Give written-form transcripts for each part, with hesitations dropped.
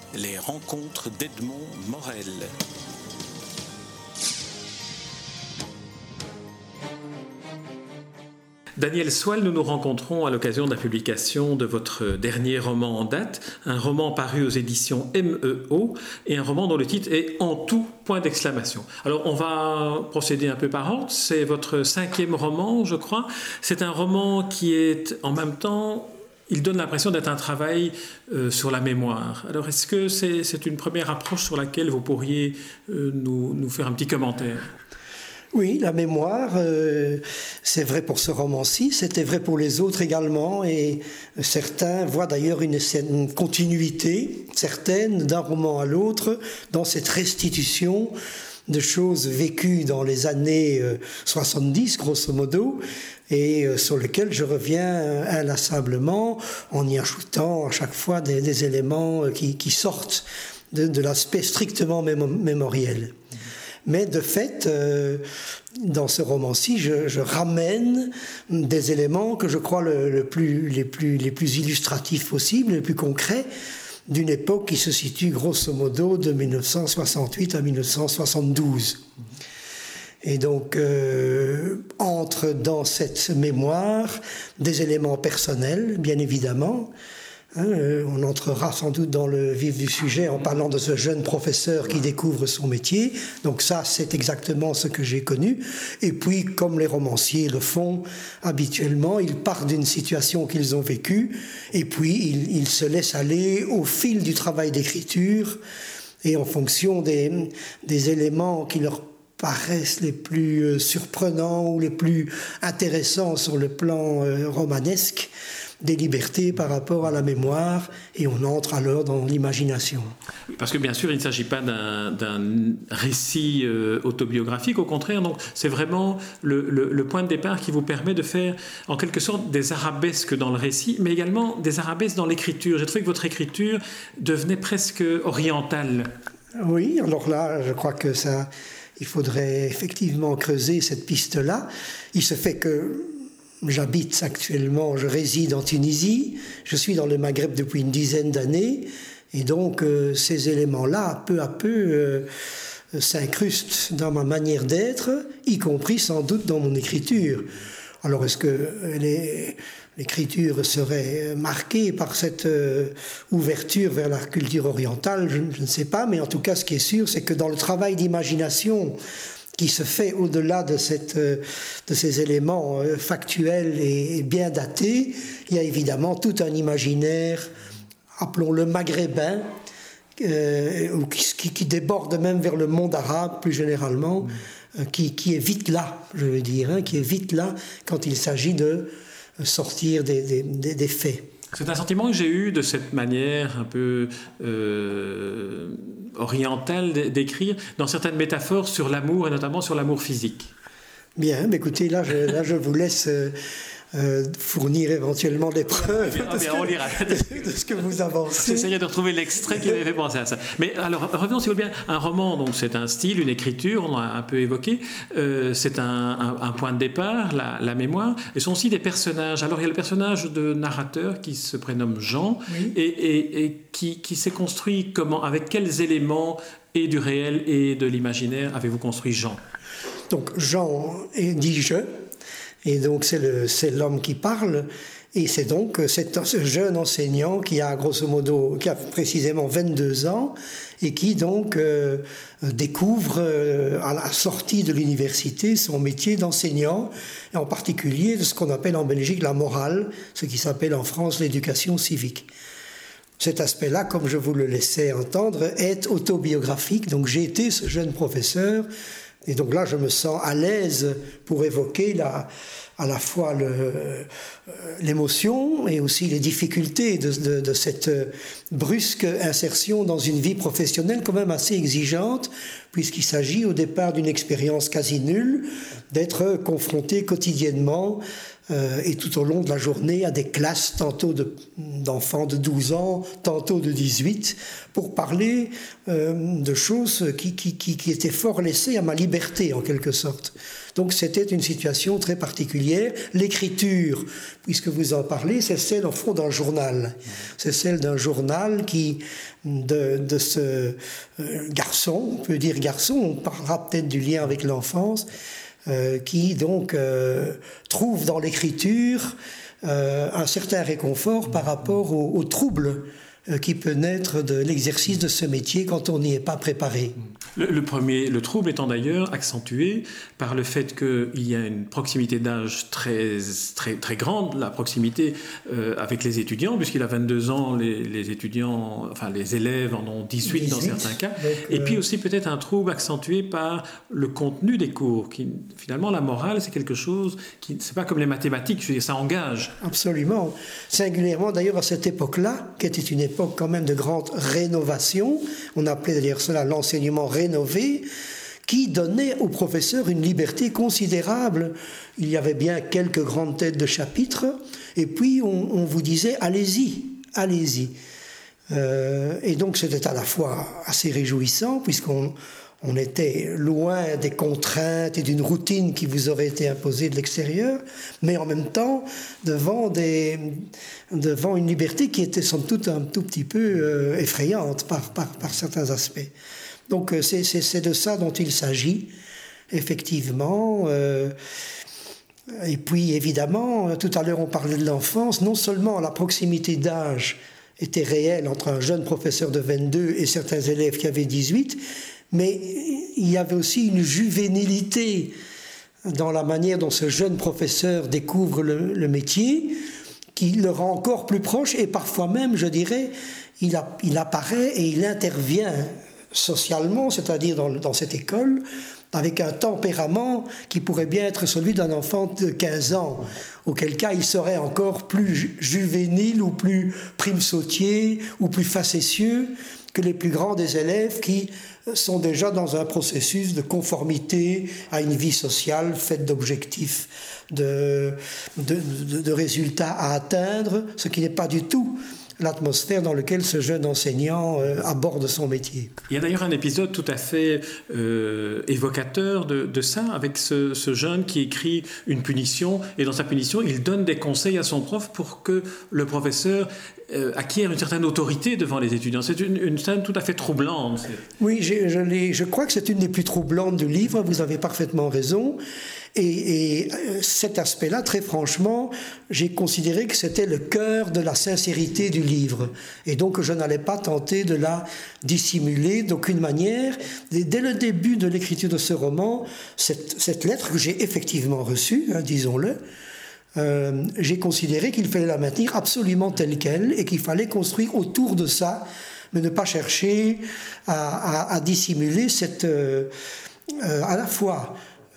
Les rencontres d'Edmond Morel. Daniel Soile, nous nous rencontrons à l'occasion de la publication de votre dernier roman en date, un roman paru aux éditions MEO et un roman dont le titre est « En tout, point d'exclamation ». Alors on va procéder un peu par ordre, c'est votre 5e roman je crois, c'est un roman qui est en même temps, il donne l'impression d'être un travail sur la mémoire. Alors est-ce que c'est une première approche sur laquelle vous pourriez nous faire un petit commentaire ? Oui, la mémoire, c'est vrai pour ce roman-ci, c'était vrai pour les autres également, et certains voient d'ailleurs une continuité certaine d'un roman à l'autre dans cette restitution de choses vécues dans les années 70, grosso modo, et sur lesquelles je reviens inlassablement en y ajoutant à chaque fois des éléments qui sortent de l'aspect strictement mémoriel. Mais de fait, dans ce roman-ci, je ramène des éléments que je crois les plus illustratifs possibles, les plus concrets, d'une époque qui se situe grosso modo de 1968 à 1972. Et donc, entre dans cette mémoire des éléments personnels, bien évidemment. On entrera sans doute dans le vif du sujet en parlant de ce jeune professeur qui découvre son métier. Donc ça, c'est exactement ce que j'ai connu. Et puis, comme les romanciers le font habituellement, ils partent d'une situation qu'ils ont vécue et puis ils se laissent aller au fil du travail d'écriture et en fonction des éléments qui leur paraissent les plus surprenants ou les plus intéressants sur le plan romanesque, des libertés par rapport à la mémoire, et on entre alors dans l'imagination. Parce que bien sûr, il ne s'agit pas d'un récit autobiographique, au contraire, donc c'est vraiment le point de départ qui vous permet de faire en quelque sorte des arabesques dans le récit, mais également des arabesques dans l'écriture. J'ai trouvé que votre écriture devenait presque orientale. Oui, alors là, je crois que ça, il faudrait effectivement creuser cette piste-là. Il se fait que j'habite actuellement, je réside en Tunisie, je suis dans le Maghreb depuis une dizaine d'années, et donc ces éléments-là, peu à peu, s'incrustent dans ma manière d'être, y compris sans doute dans mon écriture. Alors est-ce que l'écriture serait marquée par cette ouverture vers la culture orientale ? Je ne sais pas, mais en tout cas, ce qui est sûr, c'est que dans le travail d'imagination qui se fait au-delà de ces éléments factuels et bien datés, il y a évidemment tout un imaginaire, appelons-le maghrébin, qui déborde même vers le monde arabe plus généralement, qui est vite là, je veux dire, qui est vite là quand il s'agit de sortir des faits. C'est un sentiment que j'ai eu de cette manière un peu orientale d'écrire dans certaines métaphores sur l'amour et notamment sur l'amour physique. Bien, mais écoutez, là je vous laisse fournir éventuellement des preuves de ce que vous avancez. J'essaierai de retrouver l'extrait qui m'avait fait penser à ça. Mais alors, revenons si vous voulez bien. Un roman, donc c'est un style, une écriture, on l'a un peu évoqué. C'est un point de départ, la mémoire. Et sont aussi des personnages. Alors, il y a le personnage de narrateur qui se prénomme Jean, oui, et qui s'est construit comment ? Avec quels éléments et du réel et de l'imaginaire avez-vous construit Jean ? Donc, Jean dit « je ». Et donc c'est l'homme qui parle, et c'est donc ce jeune enseignant qui a grosso modo, qui a précisément 22 ans, et qui donc découvre à la sortie de l'université son métier d'enseignant, et en particulier de ce qu'on appelle en Belgique la morale, ce qui s'appelle en France l'éducation civique. Cet aspect-là, comme je vous le laissais entendre, est autobiographique, donc j'ai été ce jeune professeur. Et donc là, je me sens à l'aise pour évoquer à la fois l'émotion et aussi les difficultés de cette brusque insertion dans une vie professionnelle quand même assez exigeante, puisqu'il s'agit au départ d'une expérience quasi nulle, d'être confronté quotidiennement et tout au long de la journée à des classes, tantôt d'enfants de 12 ans, tantôt de 18, pour parler de choses qui étaient fort laissées à ma liberté, en quelque sorte. Donc c'était une situation très particulière. L'écriture, puisque vous en parlez, c'est celle, au fond, d'un journal. C'est celle d'un journal de ce garçon, on peut dire garçon, on parlera peut-être du lien avec l'enfance, qui donc trouve dans l'écriture un certain réconfort par rapport aux troubles qui peut naître de l'exercice de ce métier quand on n'y est pas préparé. Le trouble étant d'ailleurs accentué par le fait qu'il y a une proximité d'âge très, très, très grande, la proximité avec les étudiants, puisqu'il a 22 ans, les étudiants, enfin les élèves en ont 18 dans certains cas, et puis aussi peut-être un trouble accentué par le contenu des cours, qui finalement la morale c'est quelque chose qui, c'est pas comme les mathématiques, je veux dire, ça engage. Absolument, singulièrement d'ailleurs à cette époque-là, qui était une époque quand même de grande rénovation, on appelait d'ailleurs cela l'enseignement rénové, qui donnait aux professeurs une liberté considérable. Il y avait bien quelques grandes têtes de chapitre, et puis on vous disait allez-y, allez-y. Et donc c'était à la fois assez réjouissant, puisqu'on était loin des contraintes et d'une routine qui vous aurait été imposée de l'extérieur, mais en même temps devant une liberté qui était somme toute un tout petit peu effrayante par certains aspects. Donc c'est de ça dont il s'agit, effectivement. Et puis évidemment, tout à l'heure on parlait de l'enfance, non seulement la proximité d'âge était réelle entre un jeune professeur de 22 et certains élèves qui avaient 18, mais il y avait aussi une juvénilité dans la manière dont ce jeune professeur découvre le métier, qui le rend encore plus proche, et parfois même, je dirais, il apparaît et il intervient socialement, c'est-à-dire dans cette école, avec un tempérament qui pourrait bien être celui d'un enfant de 15 ans, auquel cas il serait encore plus juvénile ou plus primesautier ou plus facétieux que les plus grands des élèves qui sont déjà dans un processus de conformité à une vie sociale faite d'objectifs, de résultats à atteindre, ce qui n'est pas du tout l'atmosphère dans laquelle ce jeune enseignant aborde son métier. Il y a d'ailleurs un épisode tout à fait évocateur de ça, avec ce jeune qui écrit une punition, et dans sa punition, il donne des conseils à son prof pour que le professeur acquiert une certaine autorité devant les étudiants. C'est une scène tout à fait troublante. Oui, je crois que c'est une des plus troublantes du livre, vous avez parfaitement raison. Et cet aspect-là, très franchement, j'ai considéré que c'était le cœur de la sincérité du livre. Et donc, je n'allais pas tenter de la dissimuler d'aucune manière. Dès le début de l'écriture de ce roman, cette lettre que j'ai effectivement reçue, disons-le, j'ai considéré qu'il fallait la maintenir absolument telle qu'elle et qu'il fallait construire autour de ça, mais ne pas chercher à dissimuler à la fois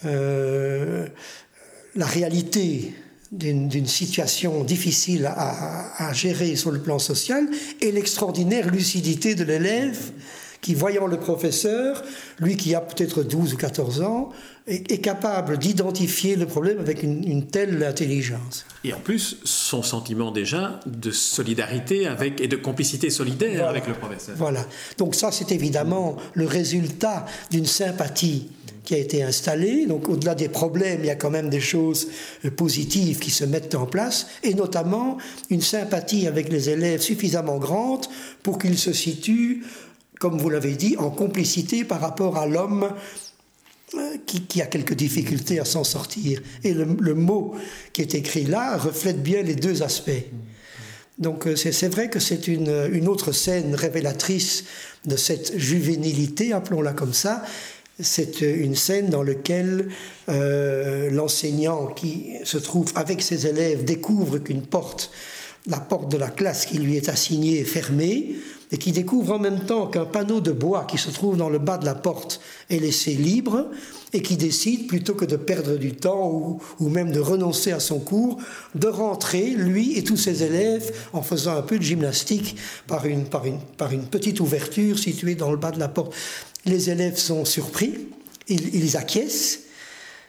la réalité d'une situation difficile à gérer sur le plan social et l'extraordinaire lucidité de l'élève qui, voyant le professeur, lui qui a peut-être 12 ou 14 ans, est capable d'identifier le problème avec une telle intelligence. Et en plus, son sentiment déjà de solidarité et de complicité solidaire avec le professeur. Voilà. Donc ça, c'est évidemment le résultat d'une sympathie qui a été installée. Donc au-delà des problèmes, il y a quand même des choses positives qui se mettent en place, et notamment une sympathie avec les élèves suffisamment grande pour qu'ils se situent, comme vous l'avez dit, en complicité par rapport à l'homme qui a quelques difficultés à s'en sortir. Et le mot qui est écrit là reflète bien les deux aspects. Donc c'est vrai que c'est une autre scène révélatrice de cette juvénilité, appelons-la comme ça. C'est une scène dans laquelle l'enseignant qui se trouve avec ses élèves découvre qu'une porte, la porte de la classe qui lui est assignée, est fermée, et qui découvre en même temps qu'un panneau de bois qui se trouve dans le bas de la porte est laissé libre, et qui décide, plutôt que de perdre du temps ou même de renoncer à son cours, de rentrer, lui et tous ses élèves, en faisant un peu de gymnastique par une petite ouverture située dans le bas de la porte. Les élèves sont surpris, ils acquiescent,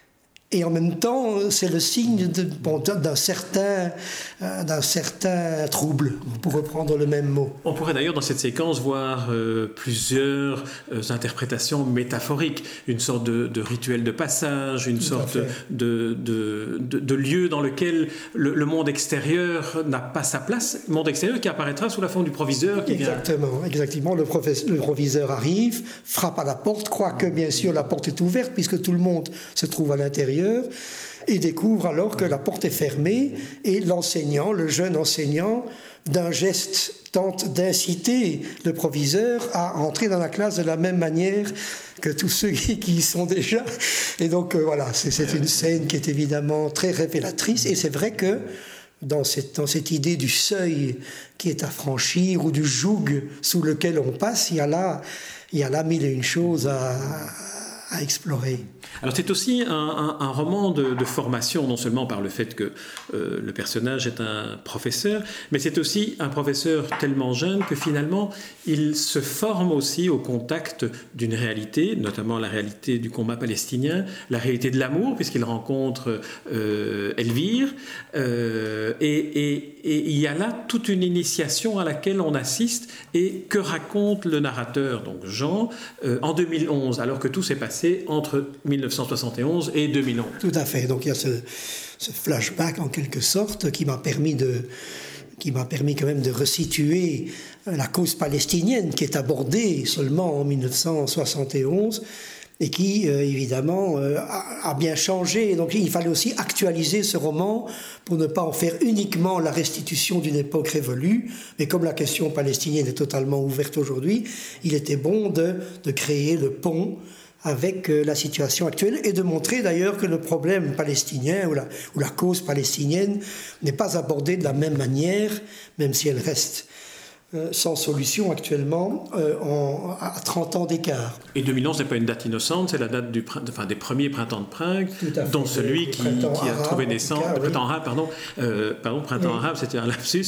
Et en même temps, c'est le signe d'un certain trouble, pour reprendre le même mot. On pourrait d'ailleurs dans cette séquence voir plusieurs interprétations métaphoriques, une sorte de rituel de passage, une sorte de lieu dans lequel le monde extérieur n'a pas sa place, monde extérieur qui apparaîtra sous la forme du proviseur. Exactement. Le proviseur arrive, frappe à la porte, croit que bien sûr la porte est ouverte puisque tout le monde se trouve à l'intérieur, et découvre alors que la porte est fermée, et l'enseignant, le jeune enseignant, d'un geste tente d'inciter le proviseur à entrer dans la classe de la même manière que tous ceux qui y sont déjà. Et donc voilà, c'est une scène qui est évidemment très révélatrice, et c'est vrai que dans cette idée du seuil qui est à franchir, ou du joug sous lequel on passe, il y a là mille et une choses à explorer. Alors c'est aussi un roman de formation, non seulement par le fait que le personnage est un professeur, mais c'est aussi un professeur tellement jeune que finalement il se forme aussi au contact d'une réalité, notamment la réalité du combat palestinien, la réalité de l'amour, puisqu'il rencontre Elvire, et il y a là toute une initiation à laquelle on assiste, et que raconte le narrateur, donc Jean, en 2011, alors que tout s'est passé entre 1971 et 2011. Tout à fait. Donc il y a ce flashback en quelque sorte qui m'a permis quand même de resituer la cause palestinienne qui est abordée seulement en 1971 et qui évidemment a bien changé. Donc il fallait aussi actualiser ce roman pour ne pas en faire uniquement la restitution d'une époque révolue, mais comme la question palestinienne est totalement ouverte aujourd'hui, il était bon de créer le pont avec la situation actuelle, et de montrer d'ailleurs que le problème palestinien ou la cause palestinienne n'est pas abordée de la même manière, même si elle reste sans solution actuellement, à 30 ans d'écart. Et 2011 n'est pas une date innocente, c'est la date des premiers printemps de Prague, dont celui qui a trouvé naissance, printemps arabe, printemps arabe, c'était un lapsus,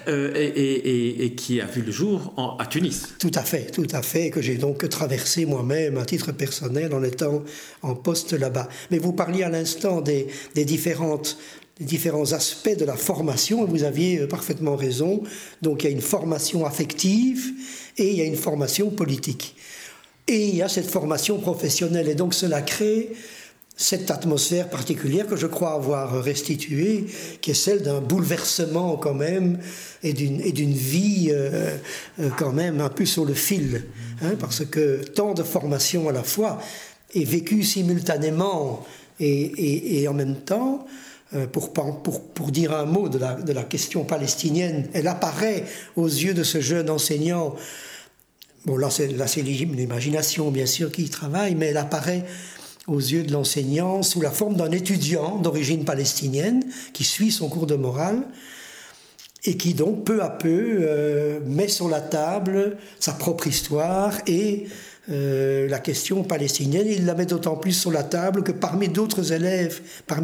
et qui a vu le jour à Tunis. Tout à fait, que j'ai donc traversé moi-même à titre personnel en étant en poste là-bas. Mais vous parliez à l'instant des différents aspects de la formation, et vous aviez parfaitement raison. Donc il y a une formation affective et il y a une formation politique. Et il y a cette formation professionnelle, et donc cela crée cette atmosphère particulière que je crois avoir restituée, qui est celle d'un bouleversement quand même, et d'une vie quand même un peu sur le fil, parce que tant de formation à la fois est vécue simultanément et en même temps. Pour dire un mot de la question palestinienne, elle apparaît aux yeux de ce jeune enseignant. Bon, là c'est l'imagination bien sûr qui y travaille, mais elle apparaît aux yeux de l'enseignant sous la forme d'un étudiant d'origine palestinienne qui suit son cours de morale et qui donc peu à peu met sur la table sa propre histoire et la question palestinienne. Il la met d'autant plus sur la table que parmi les autres élèves,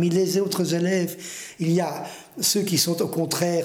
il y a ceux qui sont au contraire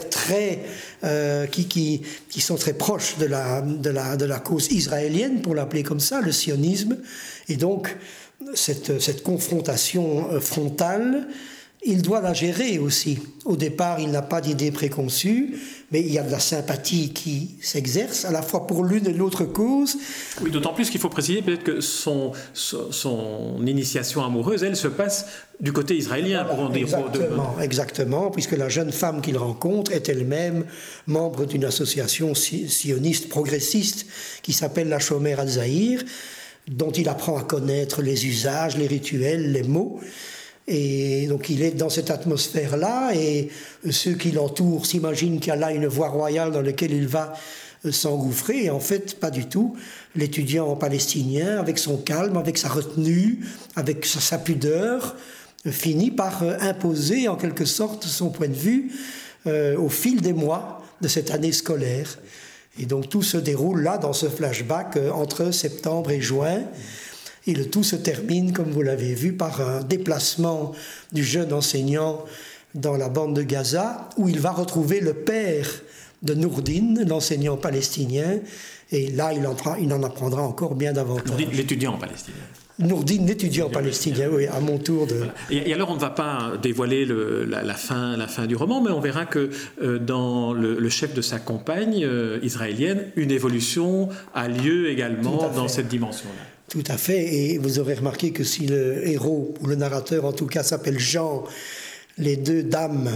qui sont très proches de la cause israélienne, pour l'appeler comme ça, le sionisme. Et donc cette confrontation frontale, il doit la gérer aussi. Au départ, il n'a pas d'idée préconçue, mais il y a de la sympathie qui s'exerce, à la fois pour l'une et l'autre cause. Oui, d'autant plus qu'il faut préciser peut-être que son initiation amoureuse, elle se passe du côté israélien. Exactement, puisque la jeune femme qu'il rencontre est elle-même membre d'une association sioniste progressiste qui s'appelle la Shomer Al-Zahir, dont il apprend à connaître les usages, les rituels, les mots. Et donc il est dans cette atmosphère-là, et ceux qui l'entourent s'imaginent qu'il y a là une voie royale dans laquelle il va s'engouffrer, et en fait pas du tout. L'étudiant palestinien, avec son calme, avec sa retenue, avec sa pudeur, finit par imposer en quelque sorte son point de vue au fil des mois de cette année scolaire. Et donc tout se déroule là dans ce flashback entre septembre et juin. Et le tout se termine, comme vous l'avez vu, par un déplacement du jeune enseignant dans la bande de Gaza, où il va retrouver le père de Nourdine, l'enseignant palestinien, et là il en apprendra encore bien davantage. Nourdine, l'étudiant palestinien. Nourdine, l'étudiant palestinien, oui, à mon tour de... Voilà. Et alors, on ne va pas dévoiler la fin du roman, mais on verra que dans le chef de sa compagne israélienne, une évolution a lieu également dans cette dimension-là. Tout à fait, et vous aurez remarqué que si le héros, ou le narrateur en tout cas, s'appelle Jean, les deux dames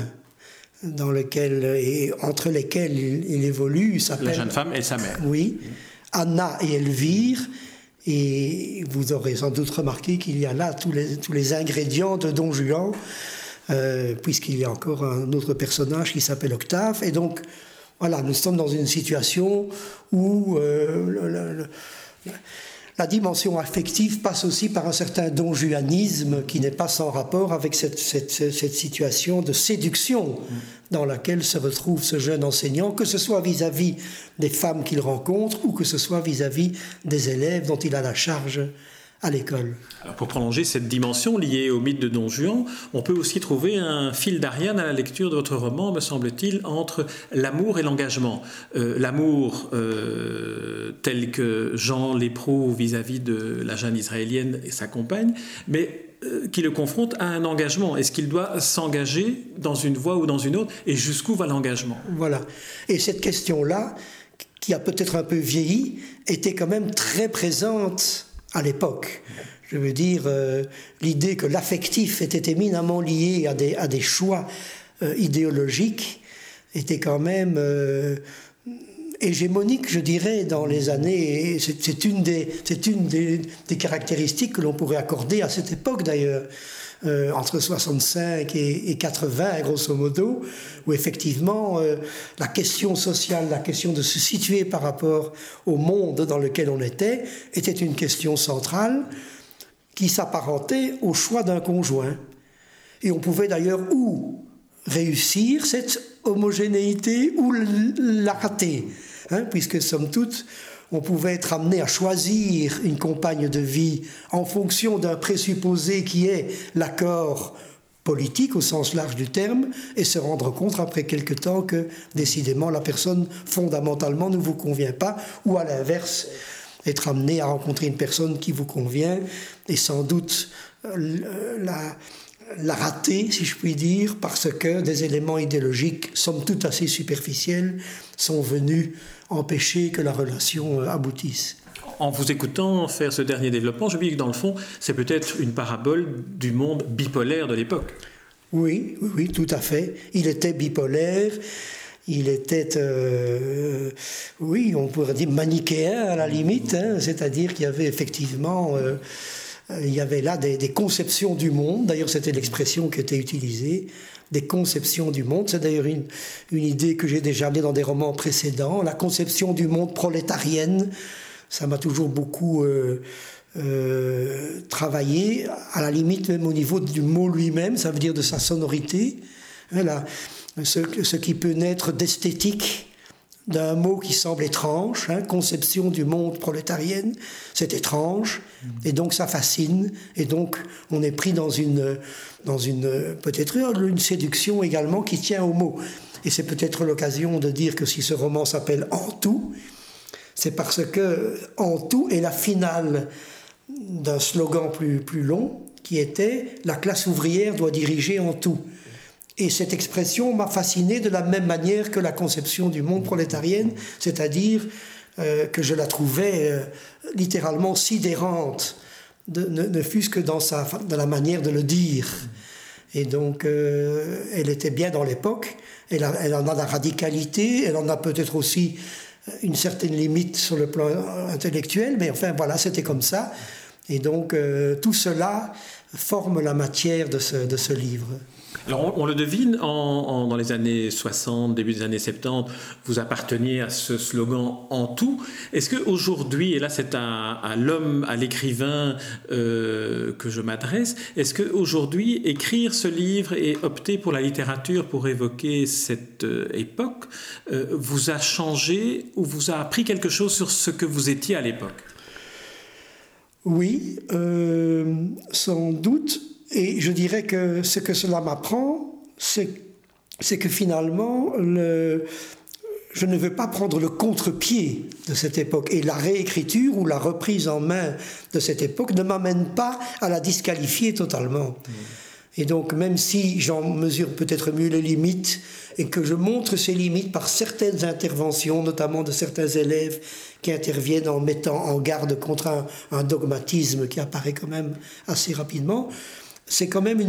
entre lesquelles il évolue s'appellent... La jeune femme et sa mère. Oui, Anna et Elvire. Et vous aurez sans doute remarqué qu'il y a là tous les ingrédients de Don Juan, puisqu'il y a encore un autre personnage qui s'appelle Octave. Et donc, voilà, nous sommes dans une situation où la dimension affective passe aussi par un certain donjuanisme qui n'est pas sans rapport avec cette situation de séduction dans laquelle se retrouve ce jeune enseignant, que ce soit vis-à-vis des femmes qu'il rencontre ou que ce soit vis-à-vis des élèves dont il a la charge à l'école. Alors pour prolonger cette dimension liée au mythe de Don Juan, on peut aussi trouver un fil d'Ariane à la lecture de votre roman, me semble-t-il, entre l'amour et l'engagement. L'amour tel que Jean l'éprouve vis-à-vis de la jeune israélienne et sa compagne, mais qui le confronte à un engagement. Est-ce qu'il doit s'engager dans une voie ou dans une autre, et jusqu'où va l'engagement ? Voilà. Et cette question-là, qui a peut-être un peu vieilli, était quand même très présente à l'époque. Je veux dire, l'idée que l'affectif était éminemment lié à des choix idéologiques était quand même hégémonique, je dirais, dans les années... C'est une des caractéristiques que l'on pourrait accorder à cette époque, d'ailleurs, entre 65 et 80, grosso modo, où effectivement, la question sociale, la question de se situer par rapport au monde dans lequel on était une question centrale qui s'apparentait au choix d'un conjoint. Et on pouvait d'ailleurs ou réussir cette homogénéité ou la rater, puisque somme toute, on pouvait être amené à choisir une compagne de vie en fonction d'un présupposé qui est l'accord politique au sens large du terme, et se rendre compte après quelque temps que décidément la personne fondamentalement ne vous convient pas, ou à l'inverse, être amené à rencontrer une personne qui vous convient et sans doute la rater, si je puis dire, parce que des éléments idéologiques, somme toute assez superficiels, sont venus empêcher que la relation aboutisse. En vous écoutant faire ce dernier développement, je me dis que dans le fond, c'est peut-être une parabole du monde bipolaire de l'époque. Oui, tout à fait. Il était bipolaire, il était, on pourrait dire manichéen à la limite, c'est-à-dire qu'il y avait effectivement... il y avait là des conceptions du monde, d'ailleurs c'était l'expression qui était utilisée, des conceptions du monde. C'est d'ailleurs une idée que j'ai déjà amenée dans des romans précédents, la conception du monde prolétarienne. Ça m'a toujours beaucoup travaillé, à la limite même au niveau du mot lui-même, ça veut dire de sa sonorité. Voilà. Ce qui peut naître d'esthétique d'un mot qui semble étrange, conception du monde prolétarienne, c'est étrange, et donc ça fascine, et donc on est pris dans une peut-être une séduction également qui tient au mot. Et c'est peut-être l'occasion de dire que si ce roman s'appelle « En tout », c'est parce que « En tout » est la finale d'un slogan plus long, qui était « La classe ouvrière doit diriger en tout ». Et cette expression m'a fasciné de la même manière que la conception du monde prolétarienne, c'est-à-dire que je la trouvais littéralement sidérante, ne fût-ce que dans la manière de le dire. Et donc, elle était bien dans l'époque, elle en a la radicalité, elle en a peut-être aussi une certaine limite sur le plan intellectuel, mais enfin voilà, c'était comme ça. Et donc, tout cela forme la matière de ce livre. Alors on le devine, dans les années 60, début des années 70, vous apparteniez à ce slogan « En tout ». Est-ce qu'aujourd'hui, et là c'est à l'homme, à l'écrivain que je m'adresse, est-ce qu'aujourd'hui, écrire ce livre et opter pour la littérature pour évoquer cette époque vous a changé ou vous a appris quelque chose sur ce que vous étiez à l'époque ? Oui, sans doute. Et je dirais que ce que cela m'apprend, c'est que finalement, je ne veux pas prendre le contre-pied de cette époque. Et la réécriture ou la reprise en main de cette époque ne m'amène pas à la disqualifier totalement. Et donc, même si j'en mesure peut-être mieux les limites et que je montre ces limites par certaines interventions, notamment de certains élèves qui interviennent en mettant en garde contre un dogmatisme qui apparaît quand même assez rapidement, c'est quand même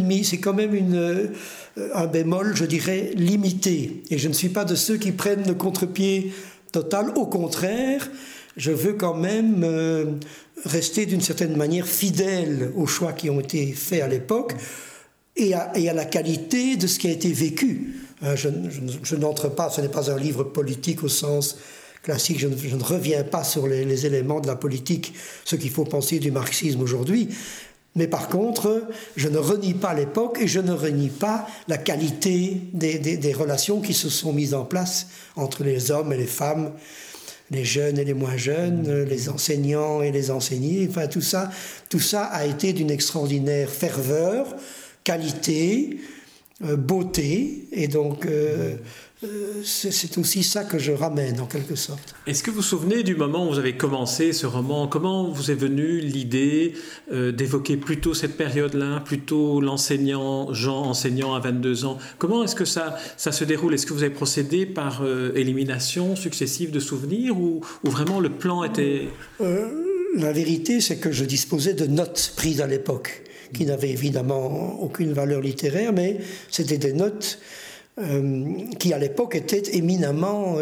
un bémol, je dirais, limité. Et je ne suis pas de ceux qui prennent le contre-pied total. Au contraire, je veux quand même rester d'une certaine manière fidèle aux choix qui ont été faits à l'époque et à la qualité de ce qui a été vécu. Je n'entre pas, ce n'est pas un livre politique au sens classique, je ne reviens pas sur les éléments de la politique, ce qu'il faut penser du marxisme aujourd'hui. Mais par contre, je ne renie pas l'époque et je ne renie pas la qualité des relations qui se sont mises en place entre les hommes et les femmes, les jeunes et les moins jeunes, les enseignants et les enseignés. Enfin, tout ça a été d'une extraordinaire ferveur, qualité, beauté. Et donc, c'est aussi ça que je ramène, en quelque sorte. Est-ce que vous vous souvenez du moment où vous avez commencé ce roman? Comment vous est venue l'idée d'évoquer plutôt cette période-là, plutôt l'enseignant, Jean, enseignant à 22 ans? Comment est-ce que ça se déroule? Est-ce que vous avez procédé par élimination successive de souvenirs ou vraiment le plan était... La vérité, c'est que je disposais de notes prises à l'époque, qui n'avaient évidemment aucune valeur littéraire, mais c'était des notes qui à l'époque était éminemment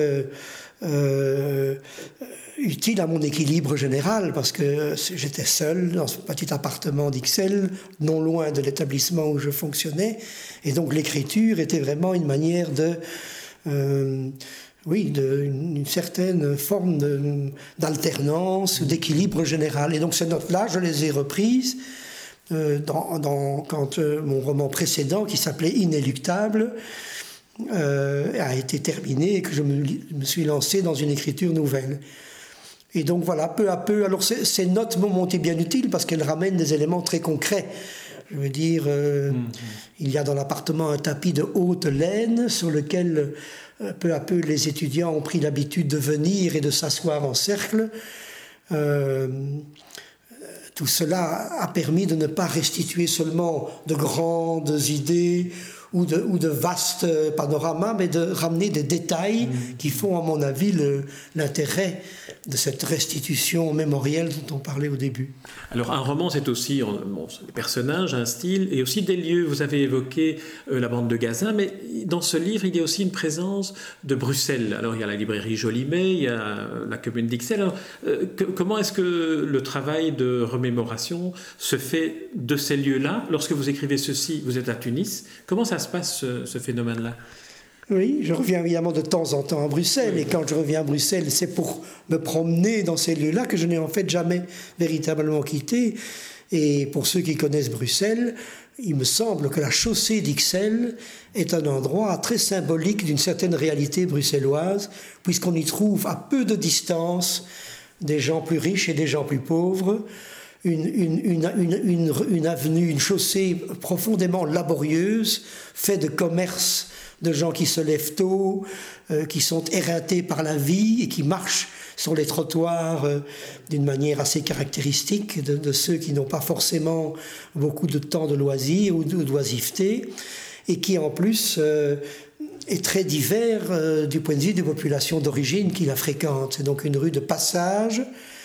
utile à mon équilibre général, parce que j'étais seul dans ce petit appartement d'Ixelles, non loin de l'établissement où je fonctionnais, et donc l'écriture était vraiment une manière une certaine forme d'alternance, d'équilibre général. Et donc ces notes-là, je les ai reprises quand mon roman précédent, qui s'appelait Inéluctable, a été terminé et que je me suis lancé dans une écriture nouvelle. Et donc voilà, peu à peu, alors ces notes m'ont été bien utiles parce qu'elles ramènent des éléments très concrets. Je veux dire, il y a dans l'appartement un tapis de haute laine sur lequel peu à peu les étudiants ont pris l'habitude de venir et de s'asseoir en cercle. Tout cela a permis de ne pas restituer seulement de grandes idées ou de vastes panoramas, mais de ramener des détails qui font, à mon avis, l'intérêt de cette restitution mémorielle dont on parlait au début. Alors un roman, c'est aussi des personnages, un style, et aussi des lieux. Vous avez évoqué la bande de Gazin, mais dans ce livre, il y a aussi une présence de Bruxelles. Alors il y a la librairie Jolimet, il y a la commune d'Ixelles. Alors, comment est-ce que le travail de remémoration se fait de ces lieux-là? Lorsque vous écrivez ceci, vous êtes à Tunis. Comment ça se passe, ce phénomène-là? Oui, je reviens évidemment de temps en temps à Bruxelles, et quand je reviens à Bruxelles, c'est pour me promener dans ces lieux-là que je n'ai en fait jamais véritablement quitté. Et pour ceux qui connaissent Bruxelles, il me semble que la chaussée d'Ixelles est un endroit très symbolique d'une certaine réalité bruxelloise, puisqu'on y trouve à peu de distance des gens plus riches et des gens plus pauvres, une avenue, une chaussée profondément laborieuse, faite de commerce, de gens qui se lèvent tôt, qui sont éreintés par la vie et qui marchent sur les trottoirs d'une manière assez caractéristique de ceux qui n'ont pas forcément beaucoup de temps de loisirs ou d'oisiveté, et qui en plus est très divers du point de vue des populations d'origine qui la fréquentent. C'est donc une rue de passage,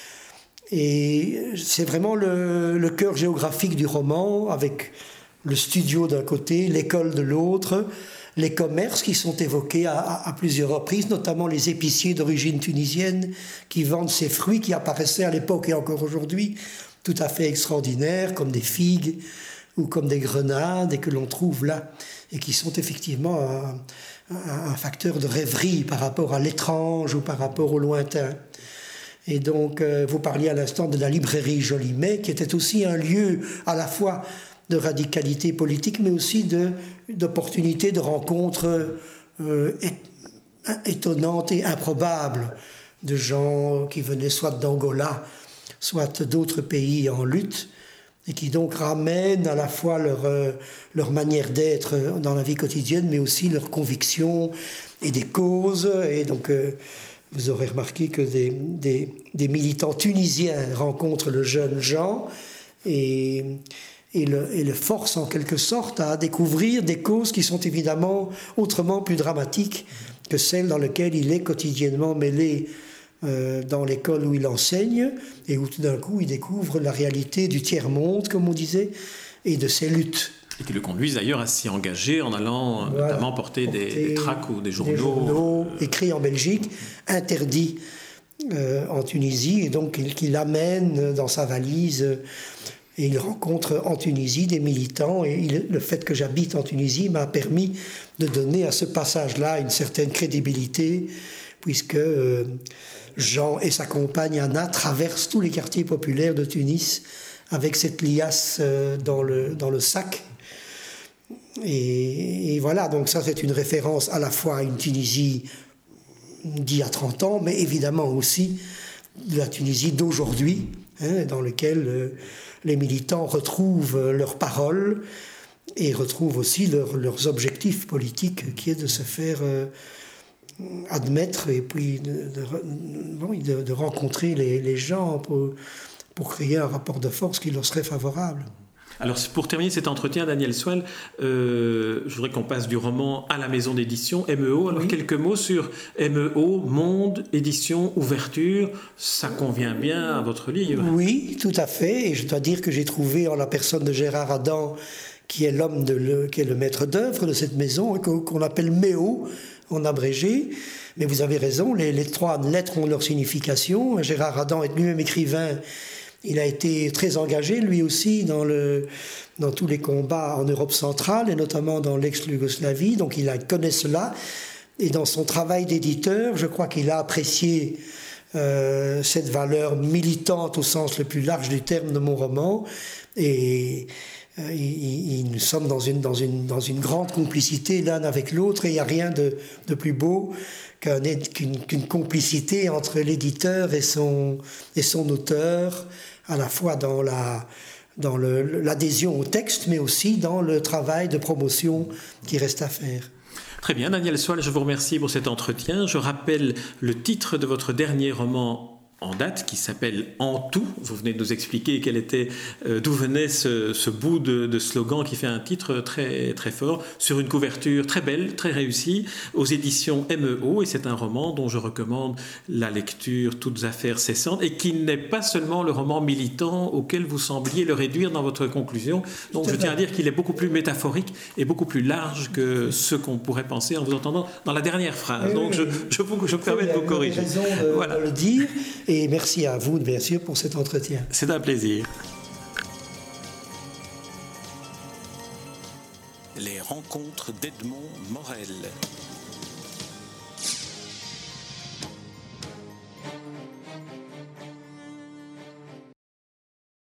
et c'est vraiment le cœur géographique du roman, avec le studio d'un côté, l'école de l'autre, les commerces qui sont évoqués à plusieurs reprises, notamment les épiciers d'origine tunisienne qui vendent ces fruits qui apparaissaient à l'époque et encore aujourd'hui tout à fait extraordinaires, comme des figues ou comme des grenades, et que l'on trouve là, et qui sont effectivement un facteur de rêverie par rapport à l'étrange ou par rapport au lointain. Et donc, vous parliez à l'instant de la librairie Jolimet, qui était aussi un lieu à la fois de radicalité politique, mais aussi d'opportunités de rencontres étonnantes et improbables de gens qui venaient soit d'Angola, soit d'autres pays en lutte, et qui donc ramènent à la fois leur manière d'être dans la vie quotidienne, mais aussi leurs convictions et des causes. Et donc, vous aurez remarqué que des militants tunisiens rencontrent le jeune Jean et le forcent en quelque sorte à découvrir des causes qui sont évidemment autrement plus dramatiques que celles dans lesquelles il est quotidiennement mêlé dans l'école où il enseigne, et où tout d'un coup il découvre la réalité du tiers-monde, comme on disait, et de ses luttes. Et qui le conduisent d'ailleurs à s'y engager en allant notamment porter des tracts ou des journaux écrits en Belgique, interdits en Tunisie, et donc qu'il amène dans sa valise. Et il rencontre en Tunisie des militants, et le fait que j'habite en Tunisie m'a permis de donner à ce passage-là une certaine crédibilité, puisque Jean et sa compagne Anna traversent tous les quartiers populaires de Tunis avec cette liasse dans le sac. Et voilà, donc ça c'est une référence à la fois à une Tunisie d'il y a 30 ans, mais évidemment aussi de la Tunisie d'aujourd'hui, dans lequel les militants retrouvent leurs paroles et retrouvent aussi leurs objectifs politiques, qui est de se faire admettre et puis de rencontrer les gens pour créer un rapport de force qui leur serait favorable. Alors, pour terminer cet entretien, Daniel Soile, je voudrais qu'on passe du roman à la maison d'édition, MEO. Alors, quelques mots sur MEO, Monde, édition, ouverture. Ça convient bien à votre livre. Oui, tout à fait. Et je dois dire que j'ai trouvé en la personne de Gérard Adam, qui est qui est le maître d'œuvre de cette maison, qu'on appelle MEO, en abrégé. Mais vous avez raison, les trois lettres ont leur signification. Gérard Adam est lui-même écrivain. Il a été très engagé, lui aussi, dans tous les combats en Europe centrale, et notamment dans l'ex-Yougoslavie. Donc il connaît cela. Et dans son travail d'éditeur, je crois qu'il a apprécié cette valeur militante au sens le plus large du terme de mon roman. Et nous sommes dans une grande complicité l'un avec l'autre, et il n'y a rien de plus beau qu'une complicité entre l'éditeur et son auteur, à la fois dans l'adhésion au texte, mais aussi dans le travail de promotion qui reste à faire. Très bien, Daniel Soile, je vous remercie pour cet entretien. Je rappelle le titre de votre dernier roman en date, qui s'appelle En tout. Vous venez de nous expliquer d'où venait ce bout de slogan qui fait un titre très, très fort, sur une couverture très belle, très réussie, aux éditions MEO, et c'est un roman dont je recommande la lecture, toutes affaires cessantes, et qui n'est pas seulement le roman militant auquel vous sembliez le réduire dans votre conclusion. Donc je tiens à dire qu'il est beaucoup plus métaphorique et beaucoup plus large que ce qu'on pourrait penser en vous entendant dans la dernière phrase. Donc je me permets de vous corriger. Vous avez raison de le dire. Et merci à vous, bien sûr, pour cet entretien. C'est un plaisir. Les rencontres d'Edmond Morel.